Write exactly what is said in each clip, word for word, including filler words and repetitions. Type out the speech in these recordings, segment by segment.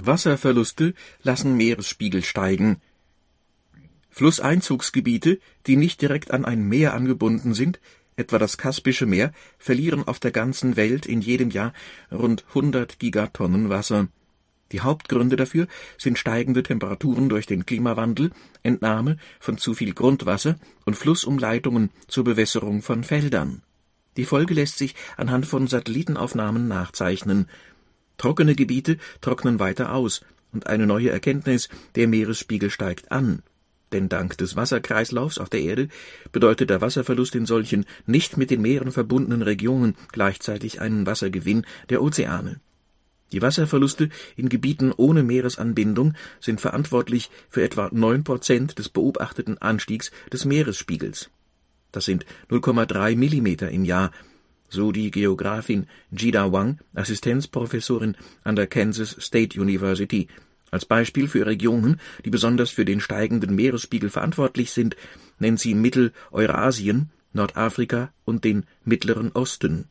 Wasserverluste lassen Meeresspiegel steigen. Flusseinzugsgebiete, die nicht direkt an ein Meer angebunden sind, etwa das Kaspische Meer, verlieren auf der ganzen Welt in jedem Jahr rund hundert Gigatonnen Wasser. Die Hauptgründe dafür sind steigende Temperaturen durch den Klimawandel, Entnahme von zu viel Grundwasser und Flussumleitungen zur Bewässerung von Feldern. Die Folge lässt sich anhand von Satellitenaufnahmen nachzeichnen. Trockene Gebiete trocknen weiter aus, und eine neue Erkenntnis: der Meeresspiegel steigt an. Denn dank des Wasserkreislaufs auf der Erde bedeutet der Wasserverlust in solchen nicht mit den Meeren verbundenen Regionen gleichzeitig einen Wassergewinn der Ozeane. Die Wasserverluste in Gebieten ohne Meeresanbindung sind verantwortlich für etwa neun Prozent des beobachteten Anstiegs des Meeresspiegels. Das sind null Komma drei Millimeter im Jahr, so die Geografin Jida Wang, Assistenzprofessorin an der Kansas State University. Als Beispiel für Regionen, die besonders für den steigenden Meeresspiegel verantwortlich sind, nennt sie Mittel-Eurasien, Nordafrika und den Mittleren Osten.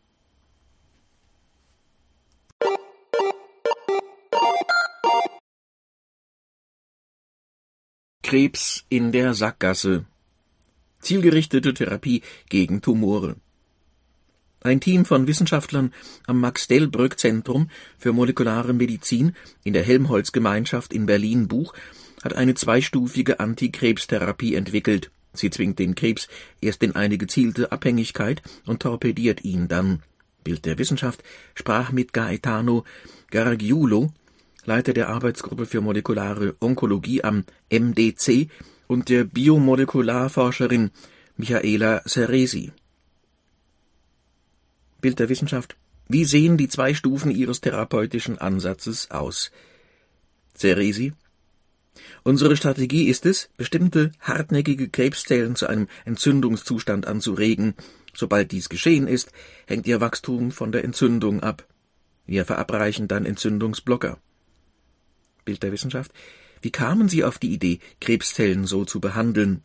Krebs in der Sackgasse. Zielgerichtete Therapie gegen Tumore. Ein Team von Wissenschaftlern am Max-Delbrück-Zentrum für molekulare Medizin in der Helmholtz-Gemeinschaft in Berlin-Buch hat eine zweistufige Antikrebstherapie entwickelt. Sie zwingt den Krebs erst in eine gezielte Abhängigkeit und torpediert ihn dann. Bild der Wissenschaft sprach mit Gaetano Gargiulo, Leiter der Arbeitsgruppe für molekulare Onkologie am M D C, und der Biomolekularforscherin Michaela Ceresi. Bild der Wissenschaft: Wie sehen die zwei Stufen Ihres therapeutischen Ansatzes aus? Ceresi: Unsere Strategie ist es, bestimmte hartnäckige Krebszellen zu einem Entzündungszustand anzuregen. Sobald dies geschehen ist, hängt ihr Wachstum von der Entzündung ab. Wir verabreichen dann Entzündungsblocker. Bild der Wissenschaft: Wie kamen Sie auf die Idee, Krebszellen so zu behandeln?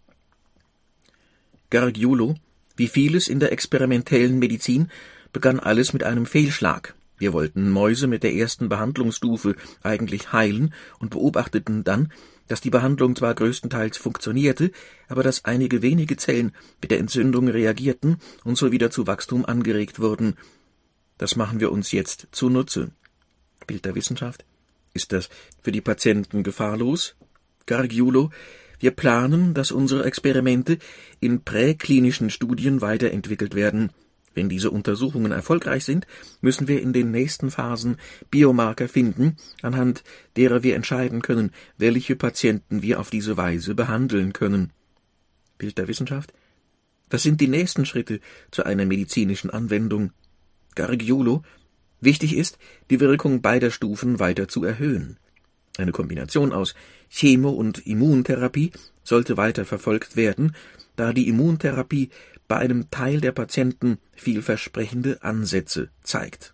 Gargiulo: Wie vieles in der experimentellen Medizin begann alles mit einem Fehlschlag. Wir wollten Mäuse mit der ersten Behandlungsstufe eigentlich heilen und beobachteten dann, dass die Behandlung zwar größtenteils funktionierte, aber dass einige wenige Zellen mit der Entzündung reagierten und so wieder zu Wachstum angeregt wurden. Das machen wir uns jetzt zunutze. Bild der Wissenschaft: Ist das für die Patienten gefahrlos? Gargiulo: Wir planen, dass unsere Experimente in präklinischen Studien weiterentwickelt werden. Wenn diese Untersuchungen erfolgreich sind, müssen wir in den nächsten Phasen Biomarker finden, anhand derer wir entscheiden können, welche Patienten wir auf diese Weise behandeln können. Bild der Wissenschaft: Was sind die nächsten Schritte zu einer medizinischen Anwendung? Gargiulo: Wichtig ist, die Wirkung beider Stufen weiter zu erhöhen. Eine Kombination aus Chemo- und Immuntherapie sollte weiter verfolgt werden, da die Immuntherapie bei einem Teil der Patienten vielversprechende Ansätze zeigt.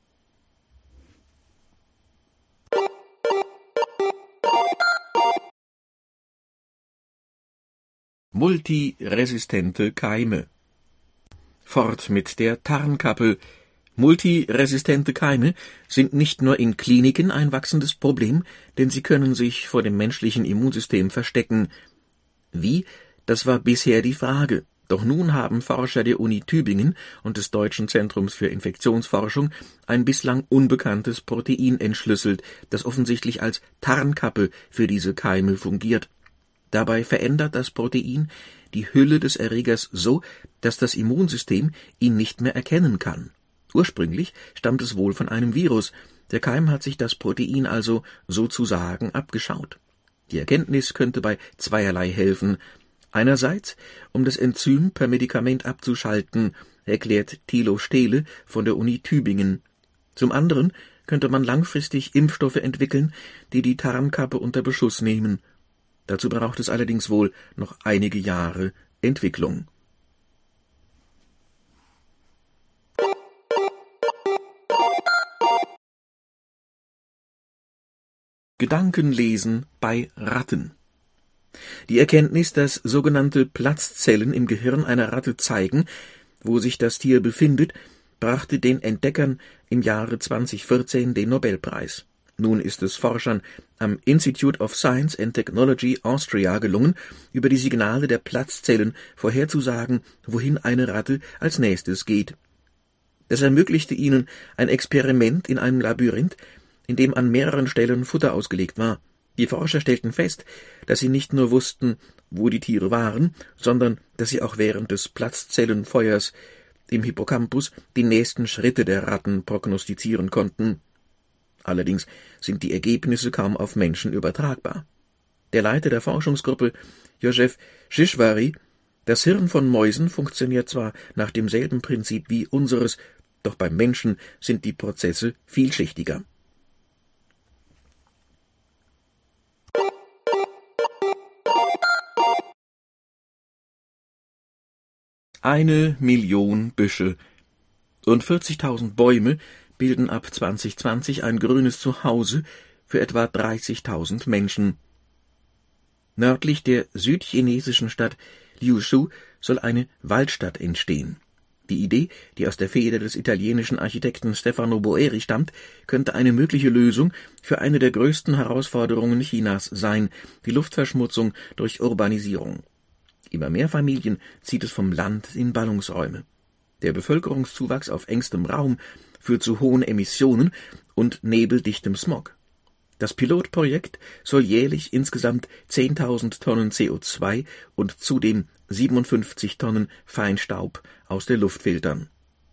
Multiresistente Keime. Fort mit der Tarnkappe. Multiresistente Keime sind nicht nur in Kliniken ein wachsendes Problem, denn sie können sich vor dem menschlichen Immunsystem verstecken. Wie? Das war bisher die Frage. Doch nun haben Forscher der Uni Tübingen und des Deutschen Zentrums für Infektionsforschung ein bislang unbekanntes Protein entschlüsselt, das offensichtlich als Tarnkappe für diese Keime fungiert. Dabei verändert das Protein die Hülle des Erregers so, dass das Immunsystem ihn nicht mehr erkennen kann. Ursprünglich stammt es wohl von einem Virus. Der Keim hat sich das Protein also sozusagen abgeschaut. Die Erkenntnis könnte bei zweierlei helfen. Einerseits, um das Enzym per Medikament abzuschalten, erklärt Thilo Stehle von der Uni Tübingen. Zum anderen könnte man langfristig Impfstoffe entwickeln, die die Tarnkappe unter Beschuss nehmen. Dazu braucht es allerdings wohl noch einige Jahre Entwicklung. Gedankenlesen bei Ratten. Die Erkenntnis, dass sogenannte Platzzellen im Gehirn einer Ratte zeigen, wo sich das Tier befindet, brachte den Entdeckern im Jahre zweitausendvierzehn den Nobelpreis. Nun ist es Forschern am Institute of Science and Technology Austria gelungen, über die Signale der Platzzellen vorherzusagen, wohin eine Ratte als nächstes geht. Das ermöglichte ihnen ein Experiment in einem Labyrinth, in dem an mehreren Stellen Futter ausgelegt war. Die Forscher stellten fest, dass sie nicht nur wussten, wo die Tiere waren, sondern dass sie auch während des Platzzellenfeuers im Hippocampus die nächsten Schritte der Ratten prognostizieren konnten. Allerdings sind die Ergebnisse kaum auf Menschen übertragbar. Der Leiter der Forschungsgruppe, Josef Shishwari: Das Hirn von Mäusen funktioniert zwar nach demselben Prinzip wie unseres, doch beim Menschen sind die Prozesse vielschichtiger. Eine Million Büsche und vierzigtausend Bäume bilden ab zweitausendzwanzig ein grünes Zuhause für etwa dreißigtausend Menschen. Nördlich der südchinesischen Stadt Liuzhou soll eine Waldstadt entstehen. Die Idee, die aus der Feder des italienischen Architekten Stefano Boeri stammt, könnte eine mögliche Lösung für eine der größten Herausforderungen Chinas sein, die Luftverschmutzung durch Urbanisierung. Immer mehr Familien zieht es vom Land in Ballungsräume. Der Bevölkerungszuwachs auf engstem Raum führt zu hohen Emissionen und nebeldichtem Smog. Das Pilotprojekt soll jährlich insgesamt zehntausend Tonnen C O zwei und zudem siebenundfünfzig Tonnen Feinstaub aus der Luft filtern.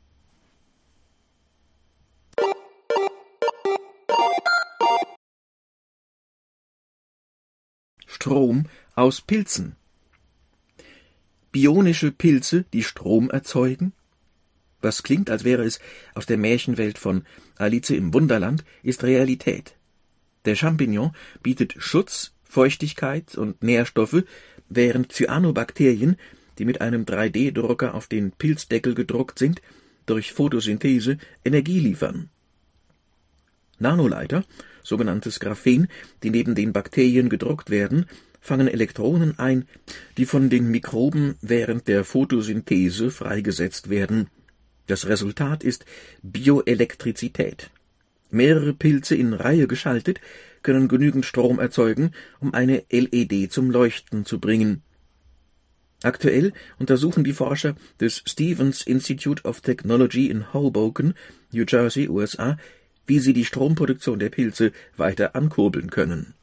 Strom aus Pilzen. Bionische Pilze, die Strom erzeugen? Was klingt, als wäre es aus der Märchenwelt von Alice im Wunderland, ist Realität. Der Champignon bietet Schutz, Feuchtigkeit und Nährstoffe, während Cyanobakterien, die mit einem drei D Drucker auf den Pilzdeckel gedruckt sind, durch Photosynthese Energie liefern. Nanoleiter, sogenanntes Graphen, die neben den Bakterien gedruckt werden, fangen Elektronen ein, die von den Mikroben während der Photosynthese freigesetzt werden. Das Resultat ist Bioelektrizität. Mehrere Pilze in Reihe geschaltet können genügend Strom erzeugen, um eine L E D zum Leuchten zu bringen. Aktuell untersuchen die Forscher des Stevens Institute of Technology in Hoboken, New Jersey, U S A, wie sie die Stromproduktion der Pilze weiter ankurbeln können.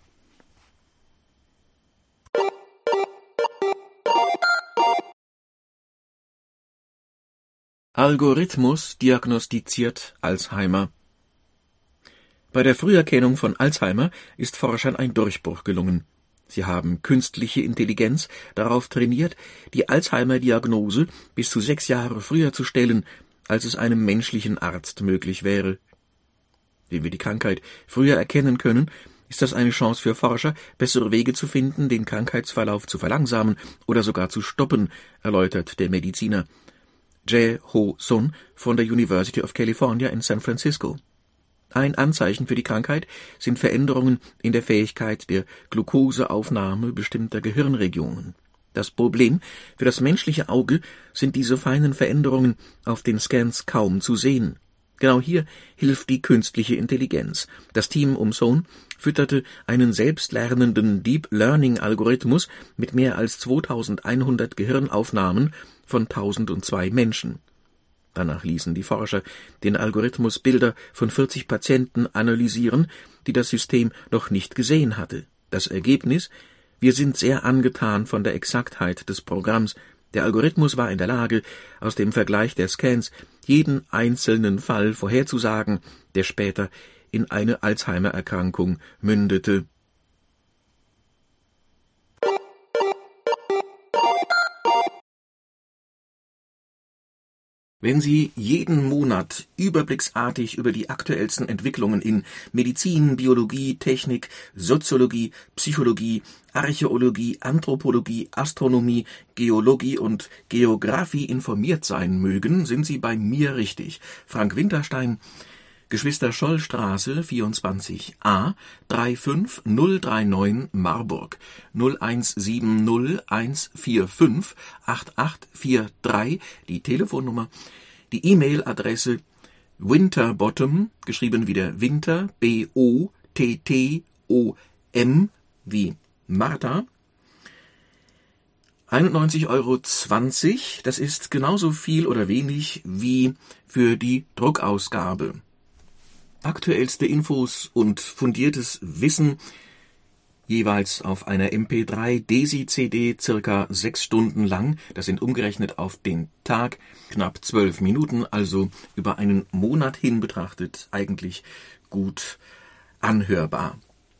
Algorithmus diagnostiziert Alzheimer. Bei der Früherkennung von Alzheimer ist Forschern ein Durchbruch gelungen. Sie haben künstliche Intelligenz darauf trainiert, die Alzheimer-Diagnose bis zu sechs Jahre früher zu stellen, als es einem menschlichen Arzt möglich wäre. Wenn wir die Krankheit früher erkennen können, ist das eine Chance für Forscher, bessere Wege zu finden, den Krankheitsverlauf zu verlangsamen oder sogar zu stoppen, erläutert der Mediziner Jae Ho Sun von der University of California in San Francisco. Ein Anzeichen für die Krankheit sind Veränderungen in der Fähigkeit der Glukoseaufnahme bestimmter Gehirnregionen. Das Problem für das menschliche Auge sind diese feinen Veränderungen auf den Scans kaum zu sehen. Genau hier hilft die künstliche Intelligenz. Das Team um Sun fütterte einen selbstlernenden Deep Learning Algorithmus mit mehr als zweitausendeinhundert Gehirnaufnahmen von tausendzwei Menschen. Danach ließen die Forscher den Algorithmus Bilder von vierzig Patienten analysieren, die das System noch nicht gesehen hatte. Das Ergebnis: Wir sind sehr angetan von der Exaktheit des Programms. Der Algorithmus war in der Lage, aus dem Vergleich der Scans jeden einzelnen Fall vorherzusagen, der später in eine Alzheimer-Erkrankung mündete. Wenn Sie jeden Monat überblicksartig über die aktuellsten Entwicklungen in Medizin, Biologie, Technik, Soziologie, Psychologie, Archäologie, Anthropologie, Astronomie, Geologie und Geographie informiert sein mögen, sind Sie bei mir richtig. Frank Winterstein, Geschwister-Scholl-Straße vierundzwanzig a drei fünf null drei neun Marburg null eins sieben null eins vier fünf acht acht vier drei, die Telefonnummer, die E-Mail-Adresse winterbottom, geschrieben wie der Winter, B O T T O M wie Martha. einundneunzig Euro zwanzig, das ist genauso viel oder wenig wie für die Druckausgabe. Aktuellste Infos und fundiertes Wissen jeweils auf einer M P drei Desi-C D circa sechs Stunden lang, das sind umgerechnet auf den Tag knapp zwölf Minuten, also über einen Monat hin betrachtet eigentlich gut anhörbar.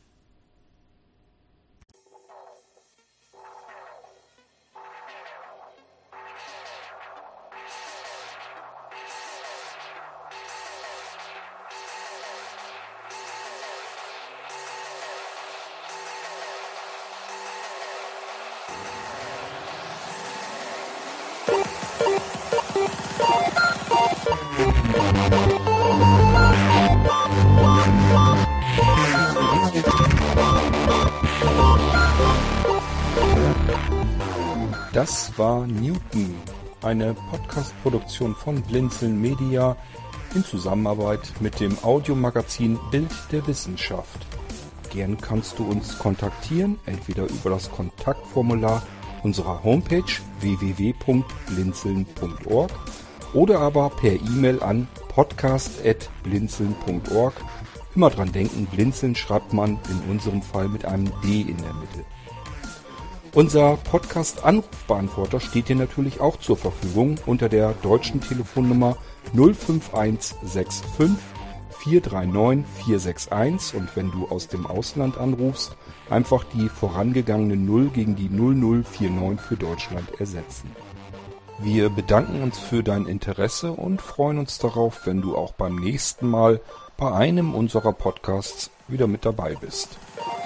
Das war Newton, eine Podcast-Produktion von Blinzeln Media in Zusammenarbeit mit dem Audiomagazin Bild der Wissenschaft. Gern kannst du uns kontaktieren, entweder über das Kontaktformular unserer Homepage w w w punkt blinzeln punkt org oder aber per E-Mail an podcast at blinzeln punkt org. Immer dran denken, Blinzeln schreibt man in unserem Fall mit einem D in der Mitte. Unser Podcast-Anrufbeantworter steht dir natürlich auch zur Verfügung unter der deutschen Telefonnummer null fünf eins sechs fünf vier drei neun vier sechs eins und wenn du aus dem Ausland anrufst, einfach die vorangegangene null gegen die null null vier neun für Deutschland ersetzen. Wir bedanken uns für dein Interesse und freuen uns darauf, wenn du auch beim nächsten Mal bei einem unserer Podcasts wieder mit dabei bist.